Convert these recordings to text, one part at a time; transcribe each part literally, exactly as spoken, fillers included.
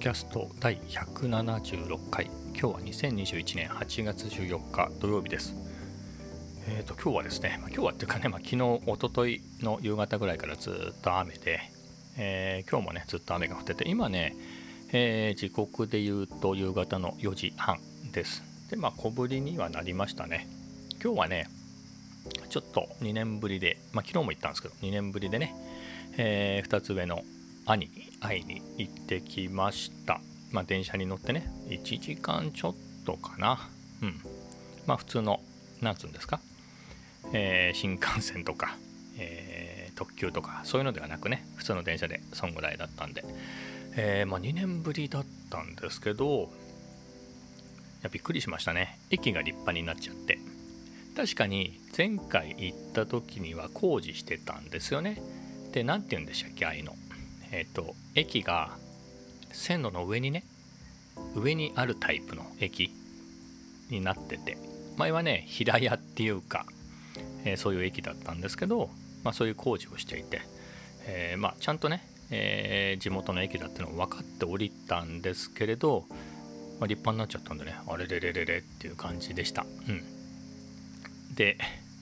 キャストだいひゃくななじゅうろっかい、今日はにせんにじゅういちねんはちがつじゅうよっか土曜日です。えーと今日はですね、まあ、今日はっていうかね、まあ、昨日一昨日の夕方ぐらいからずっと雨で、えー、今日もねずっと雨が降ってて、今ね、えー、時刻で言うと夕方のよじはんです。でまあ小降りにはなりましたね。今日はねちょっとにねんぶりで、まあ昨日も言ったんですけどにねんぶりでね、えー、ふたつ上の兄に会いに行ってきました。まあ電車に乗ってねいちじかんちょっとかな。うんまあ普通のなんつうんですか、えー、新幹線とか、えー、特急とかそういうのではなくね、普通の電車でそんぐらいだったんで、えー、まあにねんぶりだったんですけど、いやびっくりしましたね。駅が立派になっちゃって、確かに前回行った時には工事してたんですよね。でなんて言うんでしたっけ、ああいうの、えっと駅が線路の上にね上にあるタイプの駅になってて、前はね平屋っていうか、えー、そういう駅だったんですけど、まあ、そういう工事をしていて、えー、まあちゃんとね、えー、地元の駅だってのを分かって降りたんですけれど、まあ、立派になっちゃったんでね、あれれれれれっていう感じでした。うんで、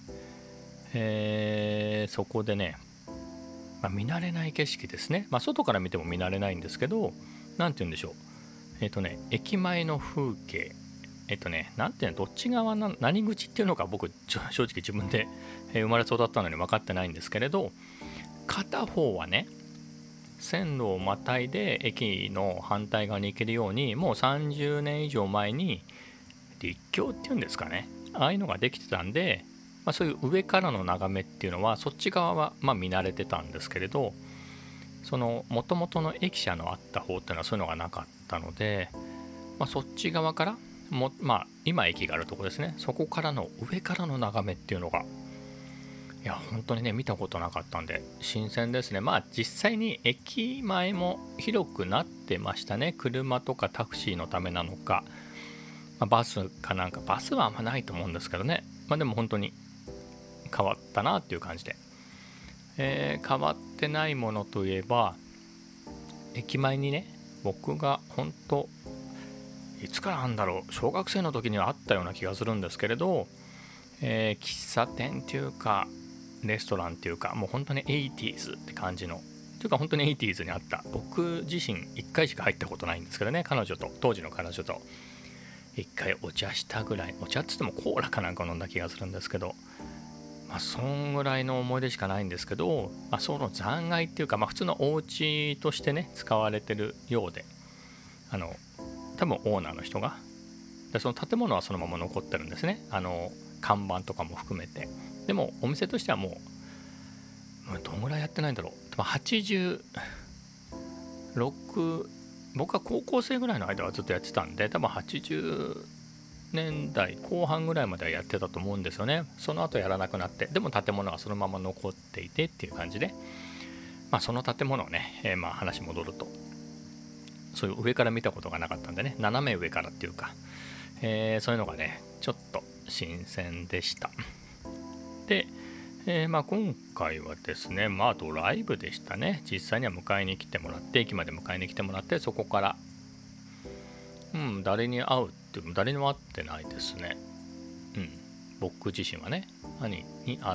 えー、そこでね、まあ、見慣れない景色ですね。まあ外から見ても見慣れないんですけど、なんて言うんでしょう、えっ、とね駅前の風景、えっとね、なんていうの、どっち側な、何口っていうのか僕正直自分で生まれ育ったのに分かってないんですけれど、片方はね線路をまたいで駅の反対側に行けるように、もうさんじゅうねん以上前に立橋っていうんですかね、ああいうのができてたんで、まあ、そういう上からの眺めっていうのはそっち側はまあ見慣れてたんですけれど、その元々の駅舎のあった方っていうのはそういうのがなかったので、まあ、そっち側からも、まあ今駅があるとこですね、そこからの上からの眺めっていうのが、いや本当にね見たことなかったんで新鮮ですね。まあ実際に駅前も広くなってましたね。車とかタクシーのためなのか、まあ、バスかなんか、バスはあんまないと思うんですけどね。まあでも本当に変わったなっていう感じで、えー変わってないものといえば、駅前にね僕が本当いつからなんだろう、小学生の時にはあったような気がするんですけれど、えー喫茶店っていうかレストランっていうか、もう本当に エイティーズ って感じの、というか本当に エイティーズ にあった、僕自身いっかいしか入ったことないんですけどね、彼女と当時の彼女といっかいお茶したぐらい、お茶っつってもコーラかなんか飲んだ気がするんですけど、まあそんぐらいの思い出しかないんですけど、まあ、その残骸っていうか、まあ普通のお家としてね使われてるようで、あの多分オーナーの人がで、その建物はそのまま残ってるんですね、あの看板とかも含めて。でもお店としてはもうどんぐらいやってないんだろう、多分はちじゅうろく、僕は高校生ぐらいの間はずっとやってたんで、多分はちじゅうねんだいこう半ぐらいまではやってたと思うんですよね。その後やらなくなって、でも建物はそのまま残っていてっていう感じで、まあその建物をね、えーまあ話戻ると、そういう上から見たことがなかったんでね、斜め上からっていうか、えーそういうのがねちょっと新鮮でした。で、えーまあ今回はですね、まあドライブでしたね。実際には迎えに来てもらって、駅まで迎えに来てもらって、そこからうん誰に会うっていう、誰にも会ってないですね。うん僕自身はね兄に会って、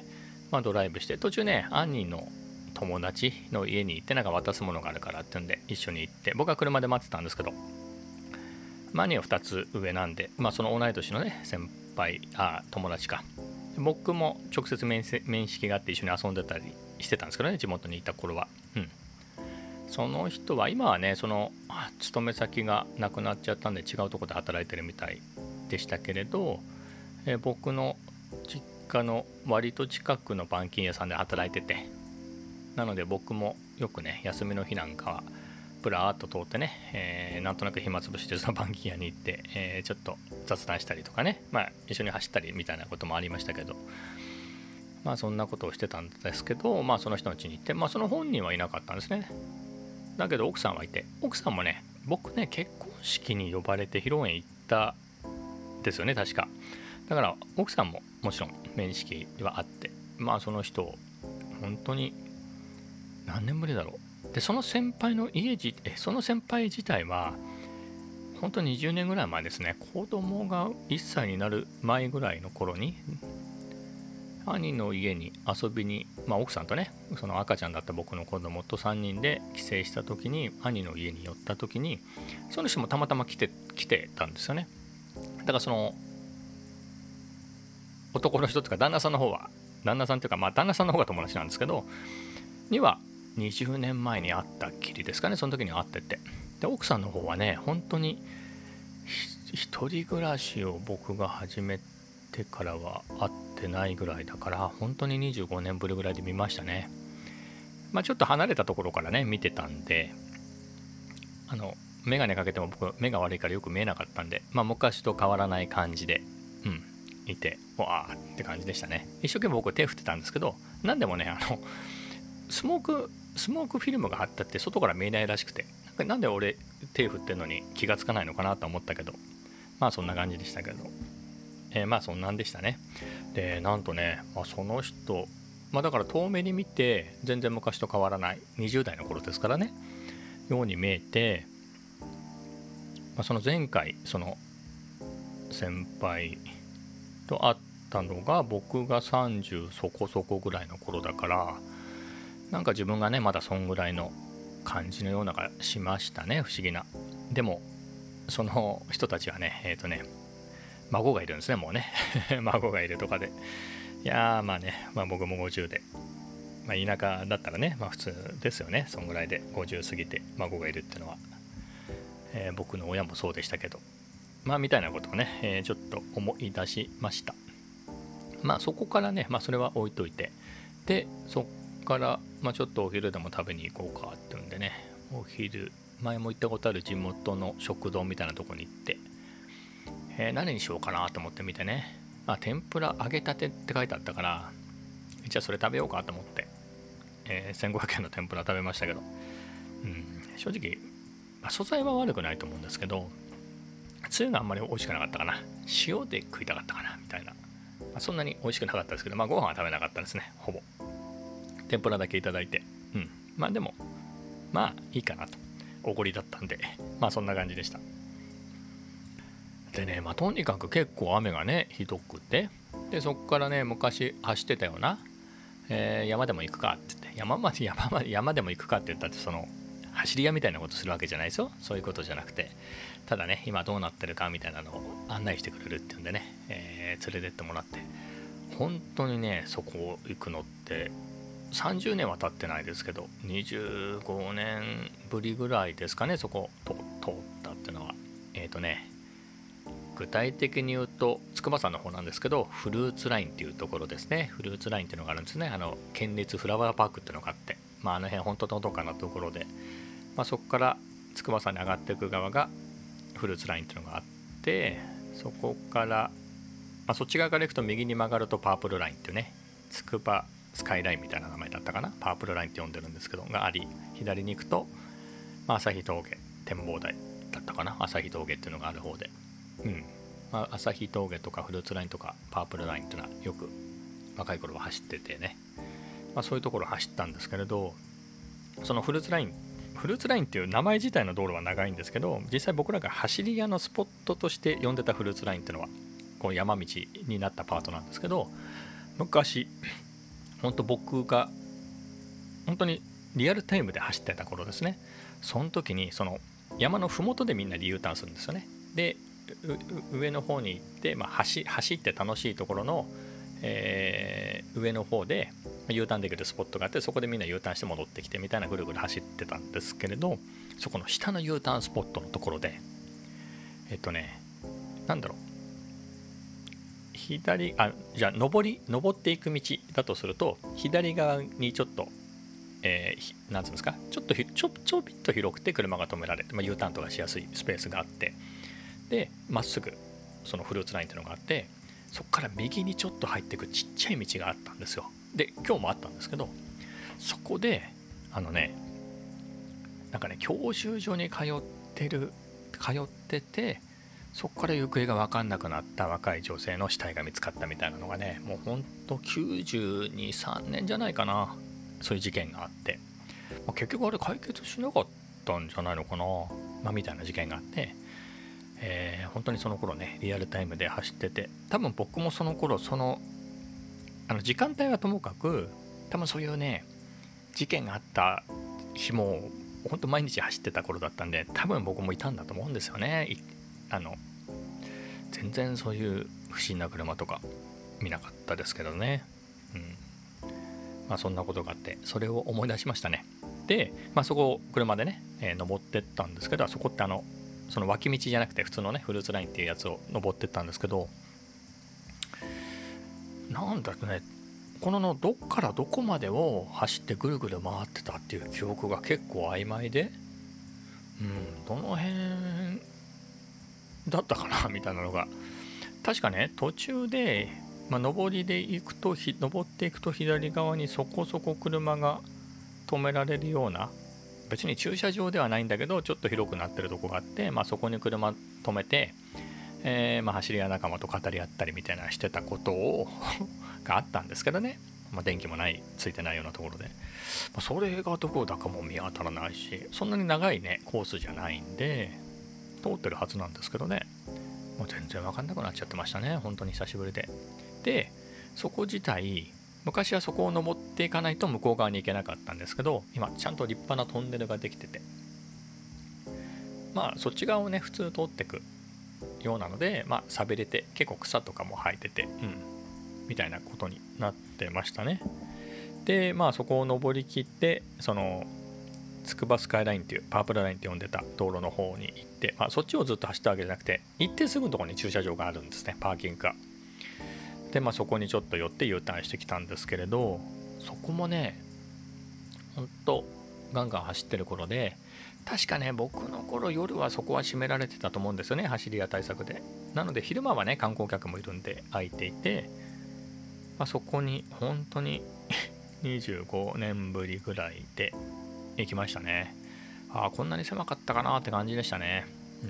まあドライブして、途中ね兄の友達の家に行って、なんか渡すものがあるからってんで一緒に行って、僕は車で待ってたんですけど、まあ兄はふたつ上なんで、まあその同い年のね先輩、あ友達か、僕も直接面面識があって一緒に遊んでたりしてたんですけどね、地元にいた頃は。うんその人は今はね、その勤め先がなくなっちゃったんで違うところで働いてるみたいでしたけれど、えー僕の実家の割と近くの板金屋さんで働いてて、なので僕もよくね休みの日なんかはブラーっと通ってね、えーなんとなく暇つぶしでその板金屋に行って、えーちょっと雑談したりとかね、まあ一緒に走ったりみたいなこともありましたけど、まあそんなことをしてたんですけど、まあその人の家に行って、まあその本人はいなかったんですね。だけど奥さんはいて、奥さんもね、僕ね結婚式に呼ばれて披露宴行ったですよね確か。だから奥さんももちろん面識はあって、まあその人本当に何年ぶりだろでその先輩の家じえその先輩自体は本当ににじゅうねんぐらい前ですね。子供がいっさいになる前ぐらいの頃に兄の家に遊びに、まあ、奥さんとね、その赤ちゃんだった僕の子供とさんにんで帰省した時に、兄の家に寄った時にその人もたまたま来て来てたんですよね。だからその男の人というか旦那さんの方は旦那さんというかまあ旦那さんの方が友達なんですけどにはにじゅうねんまえに会ったっきりですかね。その時に会ってて、で奥さんの方はね本当に一人暮らしを僕が始めてからは会ってないぐらいだから、本当ににじゅうごねんぶりぐらいで見ましたね。まあちょっと離れたところからね見てたんで、あの眼鏡かけても僕目が悪いからよく見えなかったんで、まあ昔と変わらない感じでうんいて、わーって感じでしたね。一生懸命僕手振ってたんですけど、なんでもねあのスモークスモークフィルムが貼ってあって外から見えないらしくて、なんかなんで俺手振ってんのに気がつかないのかなと思ったけど、まあそんな感じでしたけど、えー、まあそんなんでしたね。でなんとね、まあ、その人まあだから遠目に見て全然昔と変わらないにじゅう代の頃ですからねように見えて、まあ、その前回その先輩と会ったのが僕がさんじゅうそこそこぐらいの頃だから、なんか自分がねまだそんぐらいの感じのようながしましたね。不思議な。でもその人たちはねえっ、ー、とね孫がいるんですねもうね孫がいるとかで、いやーまあね、まあ、僕もごじゅうで、まあ、田舎だったらねまあ普通ですよね。そんぐらいでごじゅう過ぎて孫がいるっていうのは、えー、僕の親もそうでしたけど、まあみたいなことをね、えー、ちょっと思い出しました。まあそこからねまあそれは置いといて、でそっから、まあ、ちょっとお昼でも食べに行こうかっていうんでね、お昼前も行ったことある地元の食堂みたいなとこに行って、えー、何にしようかなと思ってみてね、あ天ぷら揚げたてって書いてあったから、じゃあそれ食べようかと思って、えー、せんごひゃくえんの天ぷら食べましたけど、うん、正直、まあ、素材は悪くないと思うんですけどつゆがあんまり美味しくなかったかな。塩で食いたかったかなみたいな、まあ、そんなに美味しくなかったですけど、まあご飯は食べなかったですね。ほぼ天ぷらだけいただいて、うん、まあでもまあいいかなと、おごりだったんで、まあそんな感じでした。でね、まあとにかく結構雨がねひどくて、でそっからね昔走ってたような、えー、山でも行くかって言って、山まで山まで山でも行くかって言ったって、その走り屋みたいなことするわけじゃないですよ。そういうことじゃなくて、ただね今どうなってるかみたいなのを案内してくれるっていうんでね、えー、連れてってもらって、本当にねそこ行くのってさんじゅうねんは経ってないですけどにじゅうごねんぶりぐらいですかね、そこ通ったっていうのは。えっ、ー、とね具体的に言うと筑波山の方なんですけど、フルーツラインっていうところですね。フルーツラインっていうのがあるんですね。あの県立フラワーパークっていうのがあって、まああの辺本当のどかなところで、まあ、そこから筑波山に上がっていく側がフルーツラインっていうのがあって、そこから、まあ、そっち側から行くと右に曲がるとパープルラインっていうね、筑波スカイラインみたいな名前だったかな、パープルラインって呼んでるんですけどがあり、左に行くと、まあ、旭峠展望台だったかな、旭峠っていうのがある方で、うんまあ、旭峠とかフルーツラインとかパープルラインっていうのはよく若い頃は走っててね、まあ、そういうところを走ったんですけれど、そのフルーツラインフルーツラインっていう名前自体の道路は長いんですけど、実際僕らが走り屋のスポットとして呼んでたフルーツラインっていうのはこう山道になったパートなんですけど、昔本当僕が本当にリアルタイムで走ってた頃ですね、その時にその山の麓でみんなで U ターンするんですよね。で上の方に行って、まあ、走, 走って楽しいところの、えー、上の方で U ターンできるスポットがあって、そこでみんな U ターンして戻ってきてみたいなぐるぐる走ってたんですけれど、そこの下の U ターンスポットのところでえっとねなんだろう左あじゃあ上り登っていく道だとすると、左側にちょっとえー、なんつうんですか、ちょっとひちょちょびっと広くて車が止められて、まあ、U ターンとかしやすいスペースがあって、でまっすぐそのフルーツラインっていうのがあって、そこから右にちょっと入っていくちっちゃい道があったんですよ。で今日もあったんですけど、そこであのねなんかね教習所に通ってる通ってて、そこから行方が分かんなくなった若い女性の死体が見つかったみたいなのがね、もうほんときゅうじゅうに、さんねんじゃないかな、そういう事件があって、 まあ、結局あれ解決しなかったんじゃないのかな、まあ、みたいな事件があって、えー、本当にその頃ねリアルタイムで走ってて、多分僕もその頃そのあの時間帯はともかく多分そういうね事件があった日も本当毎日走ってた頃だったんで、多分僕もいたんだと思うんですよね。あの全然そういう不審な車とか見なかったですけどね。うん、まあそんなことがあってそれを思い出しましたね。で、まあ、そこを車でね、えー、登ってったんですけど、そこってあのその脇道じゃなくて普通のねフルーツラインっていうやつを登ってったんですけど、なんだろうね、こののどっからどこまでを走ってぐるぐる回ってたっていう記憶が結構曖昧で、うん、どの辺だったかなみたいなのが、確かね途中で、まあ、上りで行くとひ登っていくと左側にそこそこ車が止められるような、別に駐車場ではないんだけどちょっと広くなってるとこがあって、まあ、そこに車止めて、えーまあ、走り屋仲間と語り合ったりみたいなしてたことをがあったんですけどね、まあ、電気もないついてないようなところで、まあ、それがどこだかも見当たらないし、そんなに長いねコースじゃないんで通ってるはずなんですけどね、もう全然分かんなくなっちゃってましたね、本当に久しぶりで。でそこ自体昔はそこを登っていかないと向こう側に行けなかったんですけど、今ちゃんと立派なトンネルができてて、まあそっち側をね普通通ってくようなので、まあ寂れて結構草とかも生えてて、うん、みたいなことになってましたね。でまあそこを登りきって、そのつくばスカイラインっていうパープルラインって呼んでた道路の方に行って、まあ、そっちをずっと走ったわけじゃなくて、行ってすぐのところに駐車場があるんですね、パーキングが。でまあそこにちょっと寄って U ターンしてきたんですけれど、そこもねほんとガンガン走ってる頃で、確かね僕の頃夜はそこは閉められてたと思うんですよね、走り屋対策で。なので昼間はね観光客もいるんで空いていて、まあ、そこに本当ににじゅうごねんぶりぐらいで行きましたね。ああこんなに狭かったかなって感じでしたね。うん、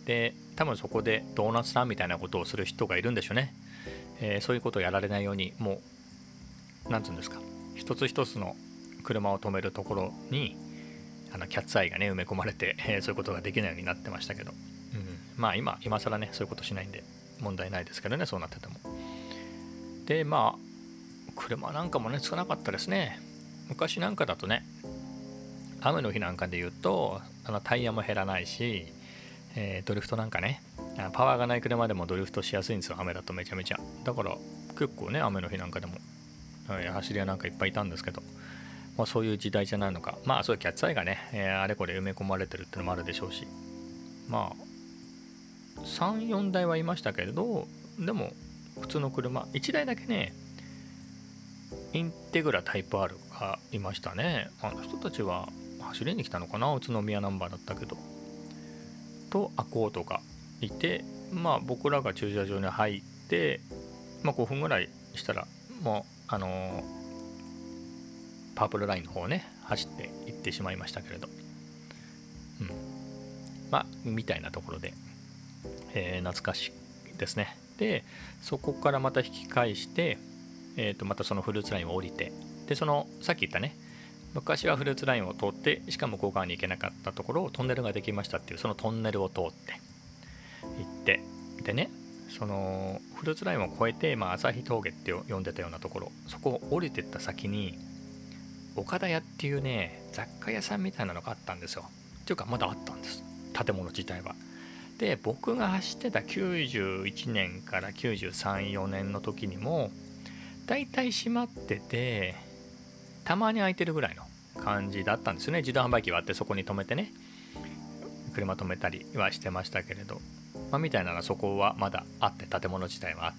で多分そこでドーナツタンみたいなことをする人がいるんでしょうね。えー、そういうことをやられないように、もうなんつうんですか、一つ一つの車を止めるところにあのキャッツアイがね埋め込まれて、えー、そういうことができないようになってましたけど、うん、まあ今今更ねそういうことしないんで問題ないですけどね、そうなってても。でまあ車なんかもね少なかったですね。昔なんかだとね雨の日なんかで言うとあのタイヤも減らないし、えー、ドリフトなんかねパワーがない車でもドリフトしやすいんですよ、雨だとめちゃめちゃ。だから結構ね雨の日なんかでも、はい、走り屋なんかいっぱいいたんですけど、まあ、そういう時代じゃないのか、まあそういうキャッツアイがね、えー、あれこれ埋め込まれてるってのもあるでしょうし、まあさんよんだいはいましたけれど、でも普通の車いちだいだけねインテグラタイプ R がいましたね。あの人たちは走りに来たのかな、宇都宮ナンバーだったけど、とアコードがいて、まあ僕らが駐車場に入って、まあ、ごふんぐらいしたらもうあのー、パープルラインの方をね走って行ってしまいましたけれど、うん、まあみたいなところで、えー、懐かしいですね。でそこからまた引き返して、えー、とまたそのフルーツラインを降りて、でそのさっき言ったね昔はフルーツラインを通ってしかも向こう側に行けなかったところをトンネルができましたっていう、そのトンネルを通って行って、でねそのフルーツラインを越えて、まあ、朝日峠って呼んでたようなところ、そこを降りてった先に岡田屋っていうね雑貨屋さんみたいなのがあったんですよ。っていうかまだあったんです、建物自体は。で僕が走ってたきゅうじゅういちねんからきゅうじゅうさん、よねんの時にもだいたい閉まっててたまに空いてるぐらいの感じだったんですよね。自動販売機はあってそこに止めてね車止めたりはしてましたけれど、まあ、みたいなのはそこはまだあって、建物自体はあって、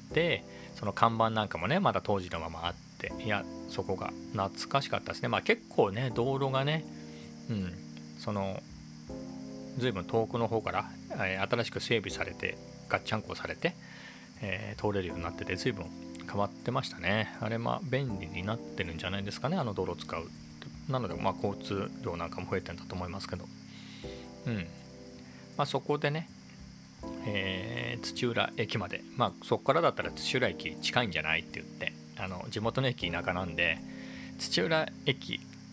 その看板なんかもねまだ当時のままあって、いやそこが懐かしかったですね。まあ結構ね道路がね、うんその随分遠くの方から、えー、新しく整備されてガッチャンコされて、えー、通れるようになってて随分変わってましたね。あれまあ便利になってるんじゃないですかね、あの道路を使う。なのでまあ交通量なんかも増えてんだと思いますけど、うんまあそこでね、えー、土浦駅まで、まあそこからだったら土浦駅近いんじゃないって言って、あの地元の駅田舎なんで土浦駅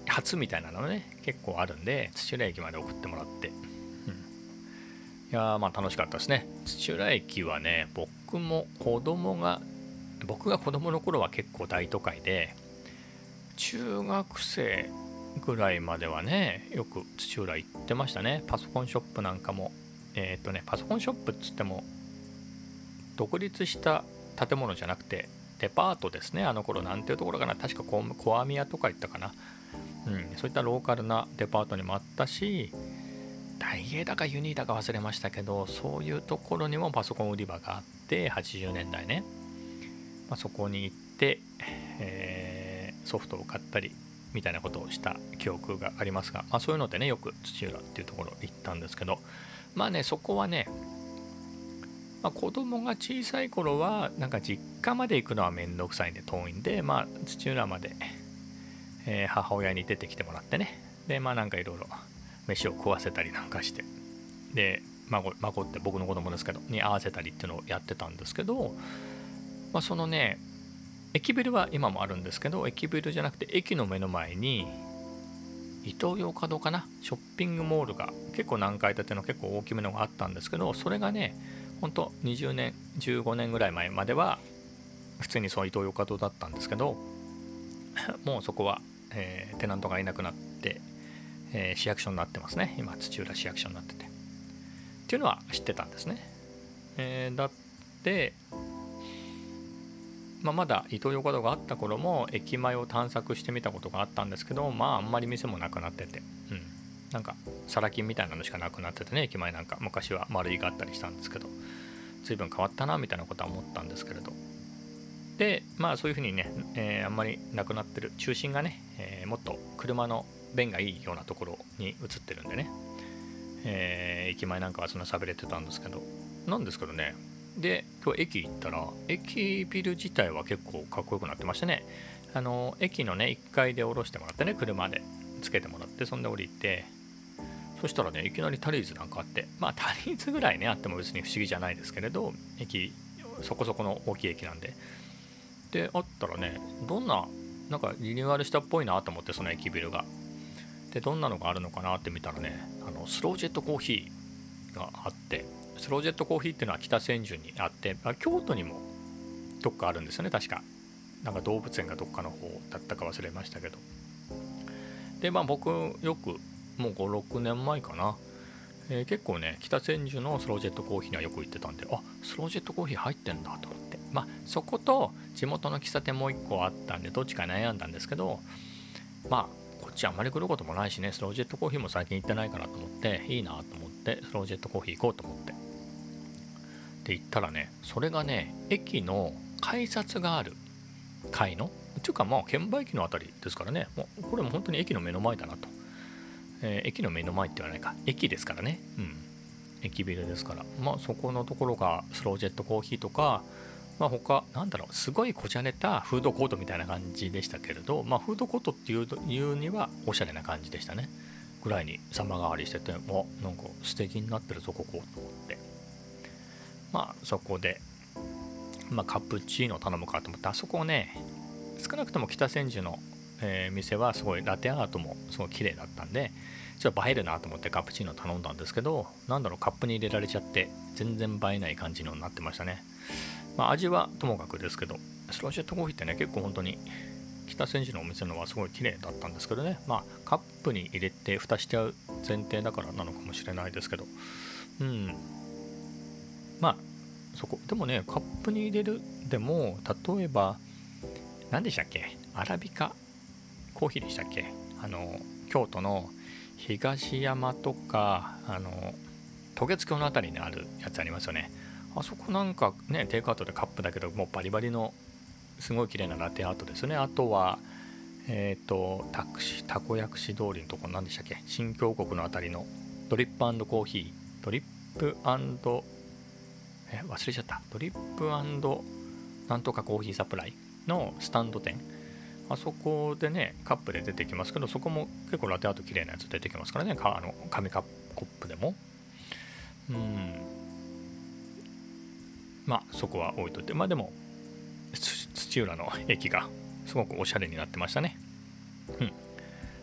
初みたいなのね結構あるんで、土浦駅まで送ってもらって、うん、いやーまあ楽しかったですね。土浦駅はね、僕も子供が僕が子供の頃は結構大都会で、中学生ぐらいまではねよく土浦行ってましたね。パソコンショップなんかも、えっとねパソコンショップっつっても独立した建物じゃなくてデパートですね。あの頃なんていうところかな、確かココアミヤとか行ったかな、うん、そういったローカルなデパートにもあったし、大英だかユニーだか忘れましたけど、そういうところにもパソコン売り場があって、はちじゅうねんだいね、まあ、そこに行って、えーソフトを買ったりみたいなことをした記憶がありますが、まあ、そういうのでねよく土浦っていうところ行ったんですけど、まあねそこはね、まあ、子供が小さい頃はなんか実家まで行くのはめんどくさいんで遠いんで、まあ土浦まで、えー母親に出てきてもらってね、でまあなんかいろいろ飯を食わせたりなんかして、で孫孫って僕の子供ですけどに合わせたりっていうのをやってたんですけど、まあ、そのね駅ビルは今もあるんですけど、駅ビルじゃなくて駅の目の前にイトーヨーカドーかな、ショッピングモールが結構何階建ての結構大きめのがあったんですけど、それがねほんとにじゅうねんじゅうごねんぐらい前までは普通にそうイトーヨーカドーだったんですけど、もうそこは、えーテナントがいなくなって、えー市役所になってますね。今土浦市役所になっててっていうのは知ってたんですね。えーだってまあ、まだイトーヨーカドーがあった頃も駅前を探索してみたことがあったんですけど、まああんまり店もなくなってて、うん、なんかサラ金みたいなのしかなくなっててね、駅前なんか昔は丸いがあったりしたんですけど、随分変わったなみたいなことは思ったんですけれど、でまあそういうふうにね、えーあんまりなくなってる中心がね、えーもっと車の便がいいようなところに移ってるんでね、えー駅前なんかはそんな喋れてたんですけど、なんですけどね、で今日駅行ったら駅ビル自体は結構かっこよくなってましたね。あの駅のねいっかいで降ろしてもらってね、車でつけてもらって、そんで降りて、そしたらねいきなりタリーズなんかあって、まあタリーズぐらいねあっても別に不思議じゃないですけれど、駅そこそこの大きい駅なんで、であったらね、どんななんかリニューアルしたっぽいなと思って、その駅ビルが、でどんなのがあるのかなって見たらね、あのスロージェットコーヒーがあって、スロージェットコーヒーっていうのは北千住にあって、あ京都にもどっかあるんですよね確か。なんか動物園がどっかの方だったか忘れましたけど、でまあ僕よくもうごろくねんまえかな、えー結構ね北千住のスロージェットコーヒーにはよく行ってたんで、あスロージェットコーヒー入ってんだと思って、まあそこと地元の喫茶店もう一個あったんでどっちか悩んだんですけど、まあこっちあんまり来ることもないしね、スロージェットコーヒーも最近行ってないからと思って、いいなと思ってスロージェットコーヒー行こうと思ってで行ったらね、それがね駅の改札がある階のっていうかまあ券売機のあたりですからね、もうこれも本当に駅の目の前だなと、えー駅の目の前って言わないか、駅ですからね、うん駅ビルですから、まあそこのところがスロージェットコーヒーとか、まあ他なんだろう、すごいこじゃれたフードコートみたいな感じでしたけれど、まあフードコートっていういうにはおしゃれな感じでしたね。ぐらいに様変わりしてて、もうなんか素敵になってるぞここと思って、まあそこで、まあ、カプチーノ頼むかと思って、あそこね少なくとも北千住の、えー店はすごいラテアートもすごい綺麗だったんで、ちょっと映えるなと思ってカプチーノ頼んだんですけど、なんだろう、カップに入れられちゃって全然映えない感じのになってましたね。まあ味はともかくですけど、スロージェットコーヒーってね結構本当に北千住のお店のはすごい綺麗だったんですけどね、まあカップに入れて蓋しちゃう前提だからなのかもしれないですけど、うんまあそこでもね、カップに入れるでも、例えば何でしたっけ、アラビカコーヒーでしたっけ、あの京都の東山とか、あの渡月橋のあたりにあるやつありますよね。あそこなんかねテイクアウトでカップだけどもうバリバリのすごい綺麗なラテアートですよね。あとはえっ、ー、とタクシたこ薬師通りのところ何でしたっけ、新京国のあたりのドリップ&コーヒー、ドリップ&え忘れちゃった、ドリップ&なんとかコーヒーサプライのスタンド店、あそこでねカップで出てきますけど、そこも結構ラテアート綺麗なやつ出てきますからね、かあの紙カップコップでも、うんまあそこは置いといて、まあでも土浦の駅がすごくおしゃれになってましたね。うん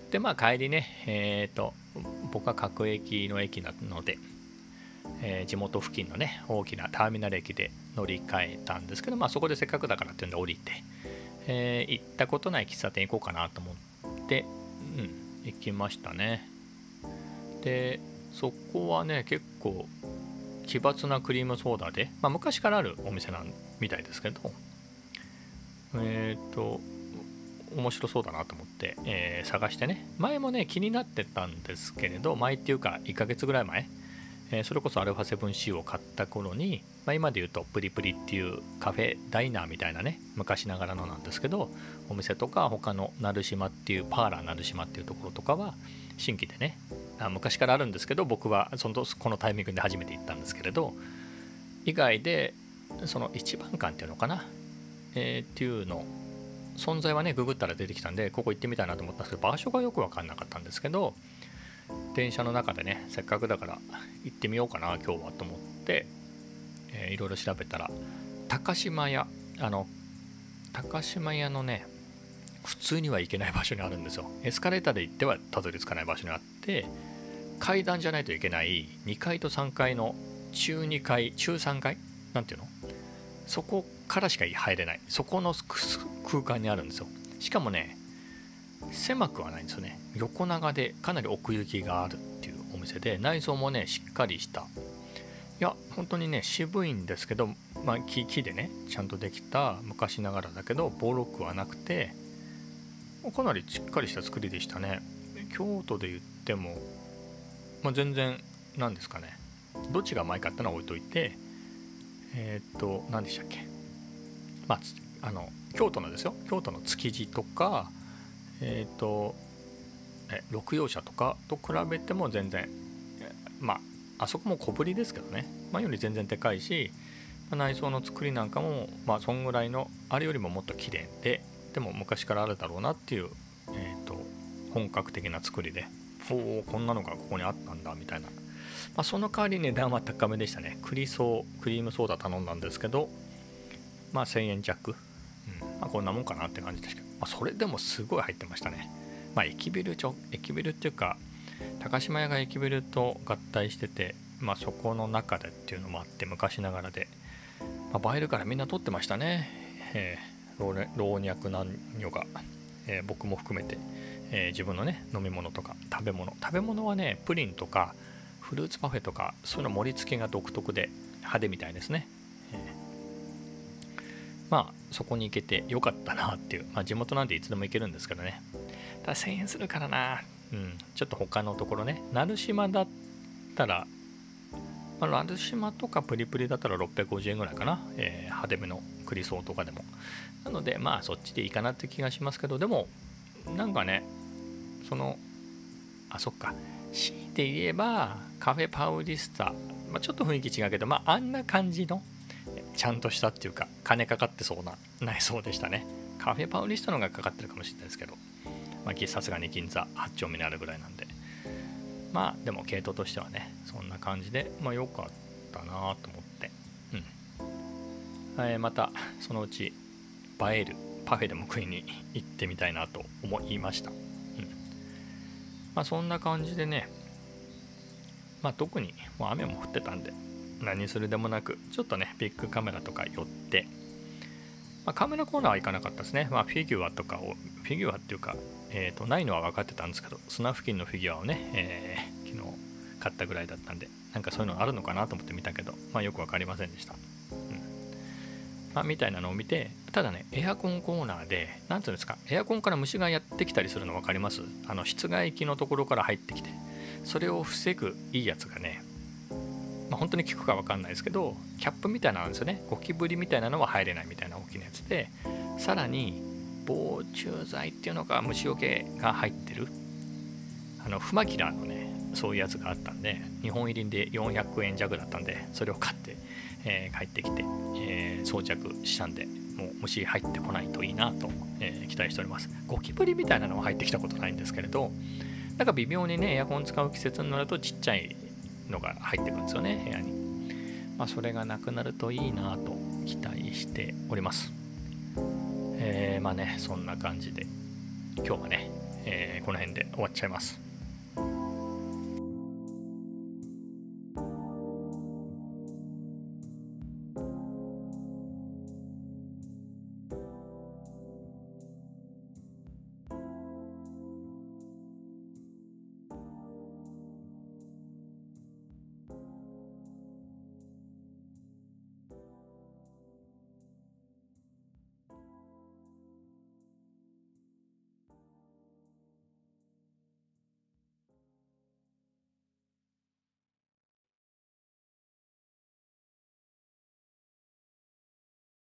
でまあ帰りね、えっ、と僕は各駅の駅なので、えー、地元付近のね大きなターミナル駅で乗り換えたんですけど、まあそこでせっかくだからっていうんで降りて、えー、行ったことない喫茶店行こうかなと思って、うん、行きましたね。でそこはね結構奇抜なクリームソーダで、まあ、昔からあるお店なんみたいですけど、えっ、ー、と面白そうだなと思って、えー、探してね、前もね気になってたんですけれど、前っていうかいっかげつぐらい前、えー、それこそ アルファセブンシー を買った頃に、まあ、今で言うとプリプリっていうカフェダイナーみたいなね昔ながらのなんですけどお店とか、他の成島っていうパーラー成島っていうところとかは新規でね、あ昔からあるんですけど、僕はそのこのタイミングで初めて行ったんですけれど、以外でその一番館っていうのかな、えー、っていうの存在はねググったら出てきたんで、ここ行ってみたいなと思ったんですけど、場所がよく分かんなかったんですけど、電車の中でねせっかくだから行ってみようかな今日はと思って、えー、いろいろ調べたら高島屋、あの高島屋のね普通には行けない場所にあるんですよ。エスカレーターで行ってはたどり着かない場所にあって、階段じゃないといけないにかいとさんがいの中にかい中さんがいなんていうの、そこからしか入れない、そこの空間にあるんですよ。しかもね狭くはないんですよね。横長でかなり奥行きがあるっていうお店で、内装もねしっかりした、いや本当にね渋いんですけど、まあ、木, 木でねちゃんとできた昔ながらだけどボロくはなくて、かなりしっかりした作りでしたね。京都で言っても、まあ、全然なんですかね、どっちが前かってのは置いといて、えー、っと何でしたっけ、まああの京都のですよ、京都の築地とか、えっ、ー、とえ六葉社とかと比べても全然、まああそこも小ぶりですけどね、まあ、より全然でかいし、まあ、内装の作りなんかもまあそんぐらいの、あれよりももっと綺麗で、でも昔からあるだろうなっていう、えー、と本格的な作りで、おおこんなのがここにあったんだみたいな、まあ、その代わり値段は高めでしたね。クリソークリームソーダ頼んだんですけど、まあせんえん弱、うんまあ、こんなもんかなって感じですけど、まあ、それでもすごい入ってましたね。まあ駅ビルちょ駅ビルっていうか高島屋が駅ビルと合体してて、まあそこの中でっていうのもあって昔ながらで、まあ、映えるからみんな撮ってましたね。えー、老若男女が、えー、僕も含めて、えー、自分のね飲み物とか食べ物食べ物はねプリンとかフルーツパフェとかそういうの盛り付けが独特で派手みたいですね。えーまあそこに行けてよかったなっていう、まあ、地元なんでいつでも行けるんですけどね、ただせんえんするからな、うん、ちょっと他のところね、成島だったら、まあ、成島とかプリプリだったらろっぴゃくごじゅうえんぐらいかな、えー、派手めのクリソーとかでも、なのでまあそっちでいいかなって気がしますけど、でもなんかねそのあそっか強いて言えばカフェパウリスタ、まあ、ちょっと雰囲気違うけど、まああんな感じのちゃんとしたっていうか金かかってそうな内装でしたね。カフェパウリスタのがかかってるかもしれないですけど、まあさすがに銀座はち丁目にあるぐらいなんで、まあでも系統としてはねそんな感じで、まあ良かったなと思って、うん、えー、またそのうち映えるパフェでも食いに行ってみたいなと思いました。うん、まあそんな感じでね、まあ特にもう雨も降ってたんで何するでもなく、ちょっとねビッグカメラとか寄って、まあ、カメラコーナーは行かなかったですね。まあフィギュアとかをフィギュアっていうか、えー、とないのは分かってたんですけど、砂付近のフィギュアをね、えー、昨日買ったぐらいだったんで、なんかそういうのあるのかなと思って見たけど、まあよく分かりませんでした。うんまあ、みたいなのを見て、ただねエアコンコーナーでなんていうんですか、エアコンから虫がやってきたりするの分かります？あの室外機のところから入ってきて、それを防ぐいいやつがね、まあ、本当に効くか分かんないですけどキャップみたいなのなんですよね。ゴキブリみたいなのは入れないみたいな大きなやつで、さらに防虫剤っていうのか虫除けが入ってるあのフマキラーのねそういうやつがあったんで、日本入りでよんひゃくえん弱だったんでそれを買って、えー、帰ってきて、えー、装着したんで、もう虫入ってこないといいなと、えー、期待しております。ゴキブリみたいなのは入ってきたことないんですけれど、なんか微妙にねエアコン使う季節になるとちっちゃいのが入ってくるんですよね、部屋に。まあそれがなくなるといいなと期待しております。えー、まあねそんな感じで今日はね、 えーこの辺で終わっちゃいます。